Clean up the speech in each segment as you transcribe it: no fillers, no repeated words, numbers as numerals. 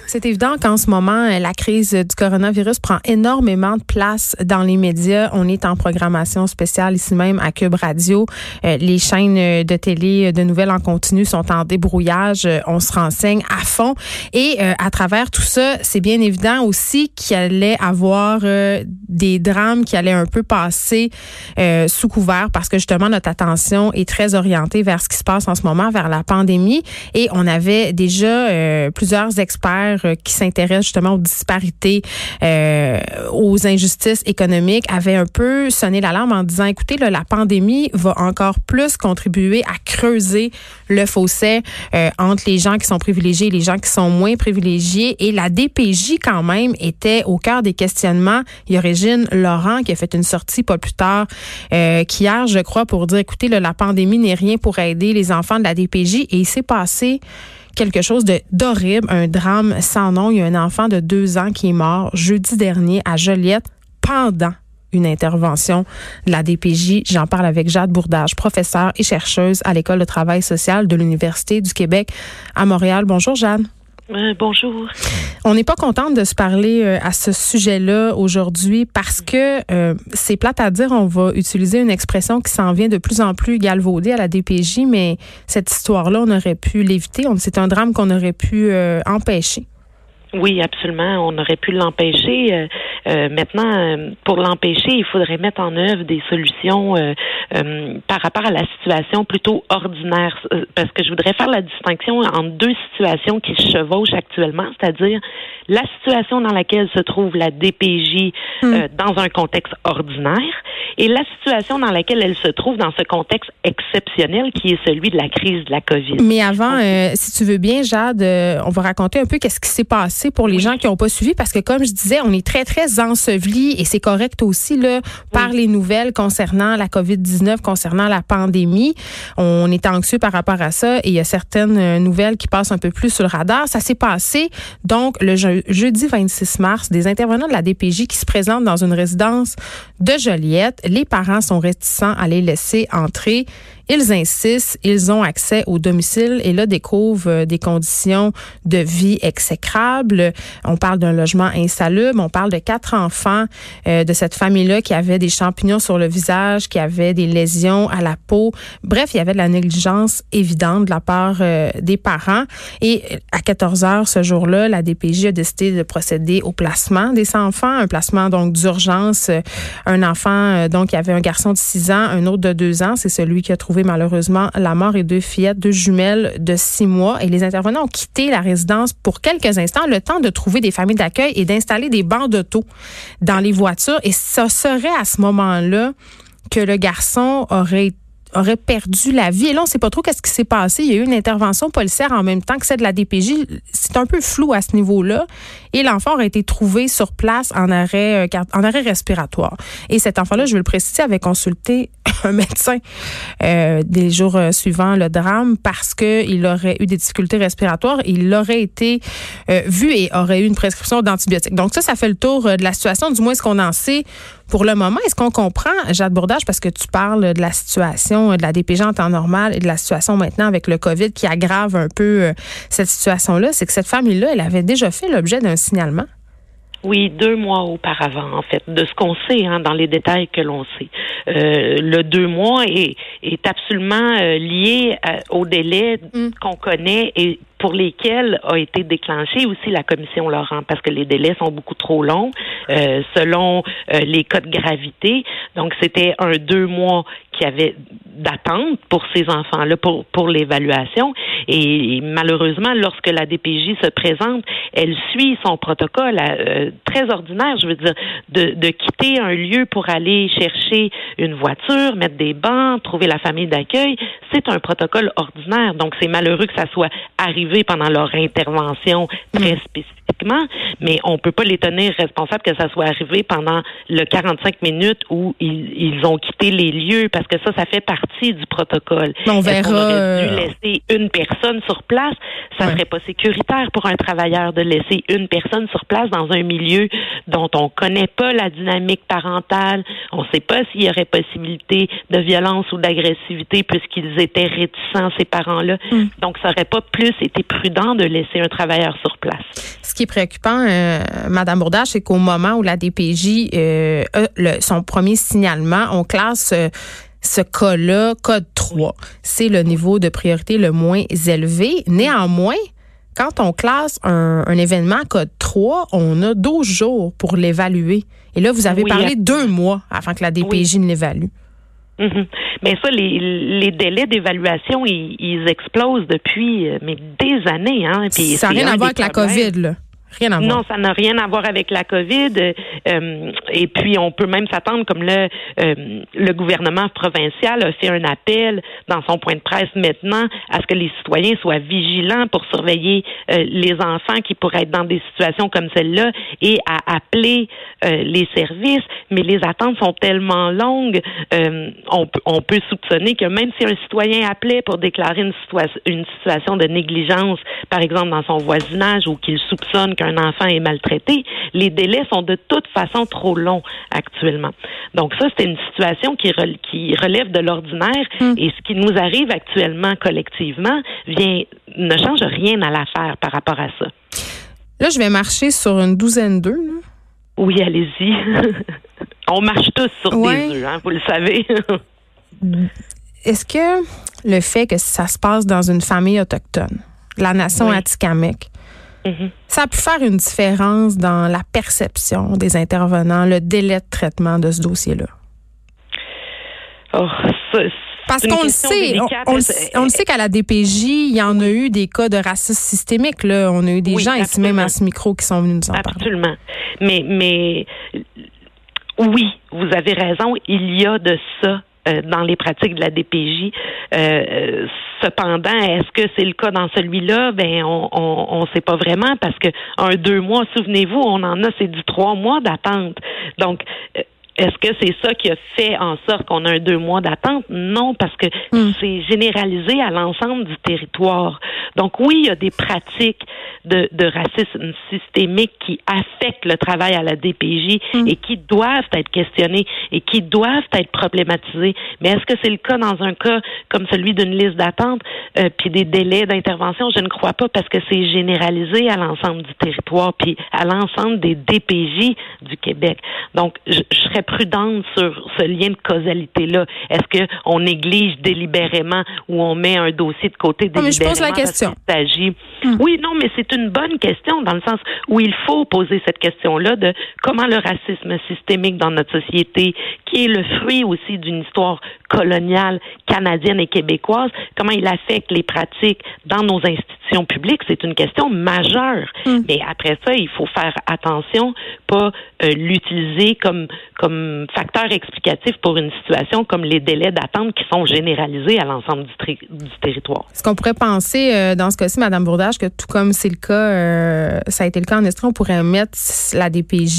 C'est évident qu'en ce moment, la crise du coronavirus prend énormément de place dans les médias. On est en programmation spéciale ici même à Cube Radio. Les chaînes de télé, de nouvelles en continu sont en débrouillage. On se renseigne à fond. Et à travers tout ça, c'est bien évident aussi qu'il allait avoir des drames qui allaient un peu passer sous couvert parce que justement, notre attention est très orientée vers ce qui se passe en ce moment, vers la pandémie. Et on avait déjà plusieurs experts qui s'intéressent justement aux disparités, aux injustices économiques, avaient un peu sonné l'alarme en disant, écoutez, là, la pandémie va encore plus contribuer à creuser le fossé entre les gens qui sont privilégiés et les gens qui sont moins privilégiés. Et la DPJ, quand même, était au cœur des questionnements. Il y a Régine Laurent qui a fait une sortie pas plus tard qu'hier, je crois, pour dire, écoutez, là, la pandémie n'est rien pour aider les enfants de la DPJ. Et il s'est passé quelque chose d'horrible, un drame sans nom. Il y a un enfant de 2 ans qui est mort jeudi dernier à Joliette pendant une intervention de la DPJ. J'en parle avec Jade Bourdage, professeure et chercheuse à l'École de travail social de l'Université du Québec à Montréal. Bonjour, Jade. Bonjour. On n'est pas contente de se parler à ce sujet-là aujourd'hui parce que c'est plate à dire, on va utiliser une expression qui s'en vient de plus en plus galvaudée à la DPJ, mais cette histoire-là, on aurait pu l'éviter. C'est un drame qu'on aurait pu empêcher. Oui, absolument. On aurait pu l'empêcher. Maintenant, pour l'empêcher, il faudrait mettre en œuvre des solutions par rapport à la situation plutôt ordinaire. Parce que je voudrais faire la distinction entre 2 situations qui se chevauchent actuellement, c'est-à-dire la situation dans laquelle se trouve la DPJ dans un contexte ordinaire et la situation dans laquelle elle se trouve dans ce contexte exceptionnel qui est celui de la crise de la COVID. Mais avant, si tu veux bien, Jade, on va raconter un peu qu'est-ce qui s'est passé pour les gens qui n'ont pas suivi, parce que comme je disais, on est très, très ensevelis et c'est correct aussi là par les nouvelles concernant la COVID-19, concernant la pandémie. On est anxieux par rapport à ça et il y a certaines nouvelles qui passent un peu plus sur le radar. Ça s'est passé donc le jeudi 26 mars, des intervenants de la DPJ qui se présentent dans une résidence de Joliette. Les parents sont réticents à les laisser entrer. Ils insistent, ils ont accès au domicile et là découvrent des conditions de vie exécrables. On parle d'un logement insalubre, on parle de 4 enfants de cette famille-là qui avaient des champignons sur le visage, qui avaient des lésions à la peau. Bref, il y avait de la négligence évidente de la part des parents. Et à 14 heures ce jour-là, la DPJ a décidé de procéder au placement des enfants, un placement donc d'urgence. Un enfant donc qui avait un garçon de 6 ans, un autre de 2 ans, c'est celui qui a trouvé malheureusement la mort, et 2 fillettes, 2 jumelles de 6 mois. Et les intervenants ont quitté la résidence pour quelques instants, le temps de trouver des familles d'accueil et d'installer des bancs d'auto dans les voitures. Et ça serait à ce moment-là que le garçon aurait perdu la vie. Et là, on ne sait pas trop qu'est-ce qui s'est passé. Il y a eu une intervention policière en même temps que celle de la DPJ. C'est un peu flou à ce niveau-là. Et l'enfant aurait été trouvé sur place en arrêt respiratoire. Et cet enfant-là, je veux le préciser, avait consulté un médecin des jours suivants le drame parce qu'il aurait eu des difficultés respiratoires. Il aurait été vu et aurait eu une prescription d'antibiotiques. Donc ça fait le tour de la situation, du moins ce qu'on en sait pour le moment. Est-ce qu'on comprend, Jade Bourdage, parce que tu parles de la situation de la DPJ en temps normal et de la situation maintenant avec le COVID qui aggrave un peu cette situation-là, c'est que cette famille-là, elle avait déjà fait l'objet d'un signalement? Oui, 2 mois auparavant, en fait, de ce qu'on sait, dans les détails que l'on sait. Le 2 mois est absolument lié au délai qu'on connaît et pour lesquels a été déclenchée aussi la commission Laurent, parce que les délais sont beaucoup trop longs selon les cas de gravité. Donc, c'était un 2 mois qui avait d'attente pour ces enfants-là, pour l'évaluation. Et malheureusement, lorsque la DPJ se présente, elle suit son protocole très ordinaire, je veux dire, de quitter un lieu pour aller chercher une voiture, mettre des bancs, trouver la famille d'accueil. C'est un protocole ordinaire. Donc, c'est malheureux que ça soit arrivé pendant leur intervention très spécifiquement, mais on peut pas les tenir responsables que ça soit arrivé pendant le 45 minutes où ils ont quitté les lieux, parce parce que ça fait partie du protocole. On verra. On aurait dû laisser une personne sur place. Ça serait pas sécuritaire pour un travailleur de laisser une personne sur place dans un milieu dont on connaît pas la dynamique parentale. On sait pas s'il y aurait possibilité de violence ou d'agressivité puisqu'ils étaient réticents, ces parents-là. Donc, ça aurait pas plus été prudent de laisser un travailleur sur place. Ce qui est préoccupant, Madame Bourdage, c'est qu'au moment où la DPJ a son premier signalement, on classe ce cas-là, code 3. C'est le niveau de priorité le moins élevé. Néanmoins, quand on classe un événement code 3, on a 12 jours pour l'évaluer. Et là, vous avez parlé 2 mois avant que la DPJ ne l'évalue. Mais ça, les délais d'évaluation, ils explosent depuis des années. Hein, puis ça n'a rien à voir avec la COVID, là. Rien à voir. Non, ça n'a rien à voir avec la COVID. Et puis, on peut même s'attendre, comme le gouvernement provincial a fait un appel dans son point de presse maintenant, à ce que les citoyens soient vigilants pour surveiller les enfants qui pourraient être dans des situations comme celle-là et à appeler les services. Mais les attentes sont tellement longues, on peut soupçonner que même si un citoyen appelait pour déclarer une situation de négligence, par exemple dans son voisinage, ou qu'il soupçonne qu'un enfant est maltraité, les délais sont de toute façon trop longs actuellement. Donc ça, c'est une situation qui relève de l'ordinaire et ce qui nous arrive actuellement collectivement ne change rien à l'affaire par rapport à ça. Là, je vais marcher sur une douzaine d'œufs. Oui, allez-y. On marche tous sur des œufs, hein, vous le savez. Est-ce que le fait que ça se passe dans une famille autochtone, la nation Atikamekw, ça a pu faire une différence dans la perception des intervenants, le délai de traitement de ce dossier-là? Parce qu'on le sait, on le sait qu'à la DPJ, il y en a eu des cas de racisme systémique. Là. On a eu des gens ici même à ce micro qui sont venus nous en parler. Absolument. Mais oui, vous avez raison, il y a de ça dans les pratiques de la DPJ. Cependant, est-ce que c'est le cas dans celui-là? On sait pas vraiment parce que 2 mois, souvenez-vous, on en a, c'est du 3 mois d'attente. Donc, est-ce que c'est ça qui a fait en sorte qu'on a 2 mois d'attente? Non, parce que c'est généralisé à l'ensemble du territoire. Donc oui, il y a des pratiques de racisme systémique qui affectent le travail à la DPJ et qui doivent être questionnées et qui doivent être problématisées. Mais est-ce que c'est le cas dans un cas comme celui d'une liste d'attente puis des délais d'intervention? Je ne crois pas parce que c'est généralisé à l'ensemble du territoire puis à l'ensemble des DPJ du Québec. Donc, je serais prudente sur ce lien de causalité-là. Est-ce qu'on néglige délibérément ou on met un dossier de côté délibérément? Mais je pose la question. Oui, non, mais c'est une bonne question dans le sens où il faut poser cette question-là de comment le racisme systémique dans notre société, qui est le fruit aussi d'une histoire coloniale canadienne et québécoise, comment il affecte les pratiques dans nos institutions publiques, c'est une question majeure. Mais après ça, il faut faire attention, pas l'utiliser comme facteur explicatif pour une situation comme les délais d'attente qui sont généralisés à l'ensemble du territoire. Est-ce qu'on pourrait penser, dans ce cas-ci, Mme Bourdage, que tout comme c'est le cas, ça a été le cas en Estrie, on pourrait mettre la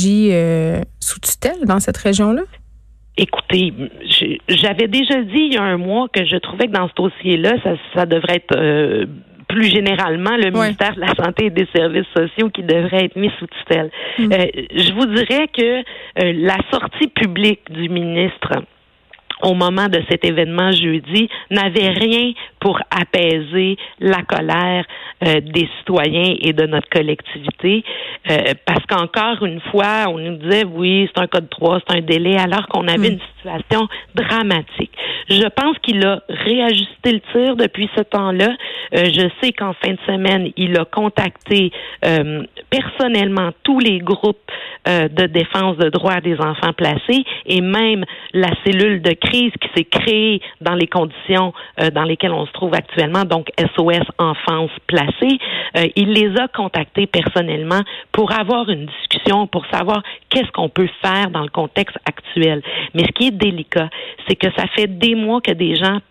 DPJ sous tutelle dans cette région-là? Écoutez, j'avais déjà dit il y a 1 mois que je trouvais que dans ce dossier-là, ça devrait être plus généralement le ministère de la Santé et des Services sociaux qui devrait être mis sous tutelle. Je vous dirais que la sortie publique du ministre au moment de cet événement jeudi, n'avait rien pour apaiser la colère des citoyens et de notre collectivité. Parce qu'encore une fois, on nous disait, oui, c'est un code 3, c'est un délai, alors qu'on avait une situation dramatique. Je pense qu'il a réajusté le tir depuis ce temps-là. Je sais qu'en fin de semaine, il a contacté personnellement tous les groupes de défense de droits des enfants placés et même la cellule de crise qui s'est créée dans les conditions dans lesquelles on se trouve actuellement, donc SOS Enfance placée. Il les a contactés personnellement pour avoir une discussion, pour savoir qu'est-ce qu'on peut faire dans le contexte actuel. Mais ce qui est délicat, c'est que ça fait des mois que des gens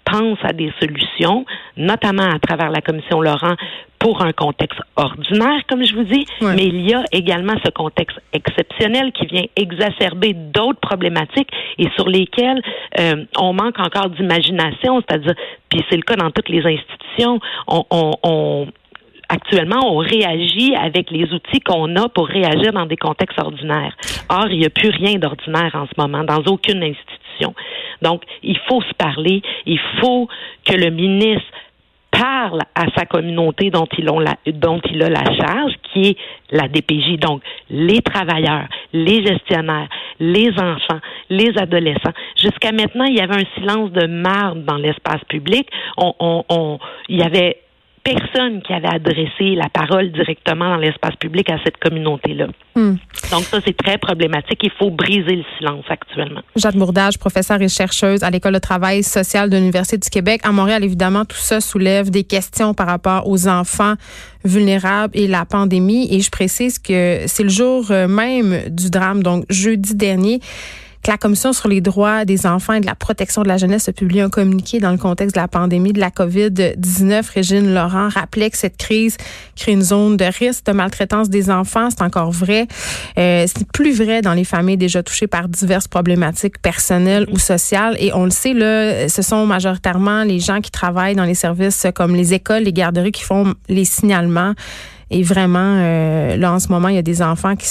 pense à des solutions, notamment à travers la commission Laurent, pour un contexte ordinaire, comme je vous dis, mais il y a également ce contexte exceptionnel qui vient exacerber d'autres problématiques et sur lesquelles on manque encore d'imagination, c'est-à-dire, puis c'est le cas dans toutes les institutions, actuellement, on réagit avec les outils qu'on a pour réagir dans des contextes ordinaires. Or, il n'y a plus rien d'ordinaire en ce moment, dans aucune institution. Donc, il faut se parler, il faut que le ministre parle à sa communauté dont il a la charge, qui est la DPJ, donc les travailleurs, les gestionnaires, les enfants, les adolescents. Jusqu'à maintenant, il y avait un silence de marde dans l'espace public. Il y avait personne qui avait adressé la parole directement dans l'espace public à cette communauté-là. Donc ça, c'est très problématique. Il faut briser le silence actuellement. Jade Bourdage, professeure et chercheuse à l'École de travail social de l'Université du Québec. À Montréal, évidemment, tout ça soulève des questions par rapport aux enfants vulnérables et la pandémie. Et je précise que c'est le jour même du drame, donc jeudi dernier, que la Commission sur les droits des enfants et de la protection de la jeunesse a publié un communiqué dans le contexte de la pandémie de la COVID-19. Régine Laurent rappelait que cette crise crée une zone de risque de maltraitance des enfants. C'est encore vrai. C'est plus vrai dans les familles déjà touchées par diverses problématiques personnelles ou sociales. Et on le sait, là, ce sont majoritairement les gens qui travaillent dans les services comme les écoles, les garderies qui font les signalements. Et vraiment, là, en ce moment, il y a des enfants qui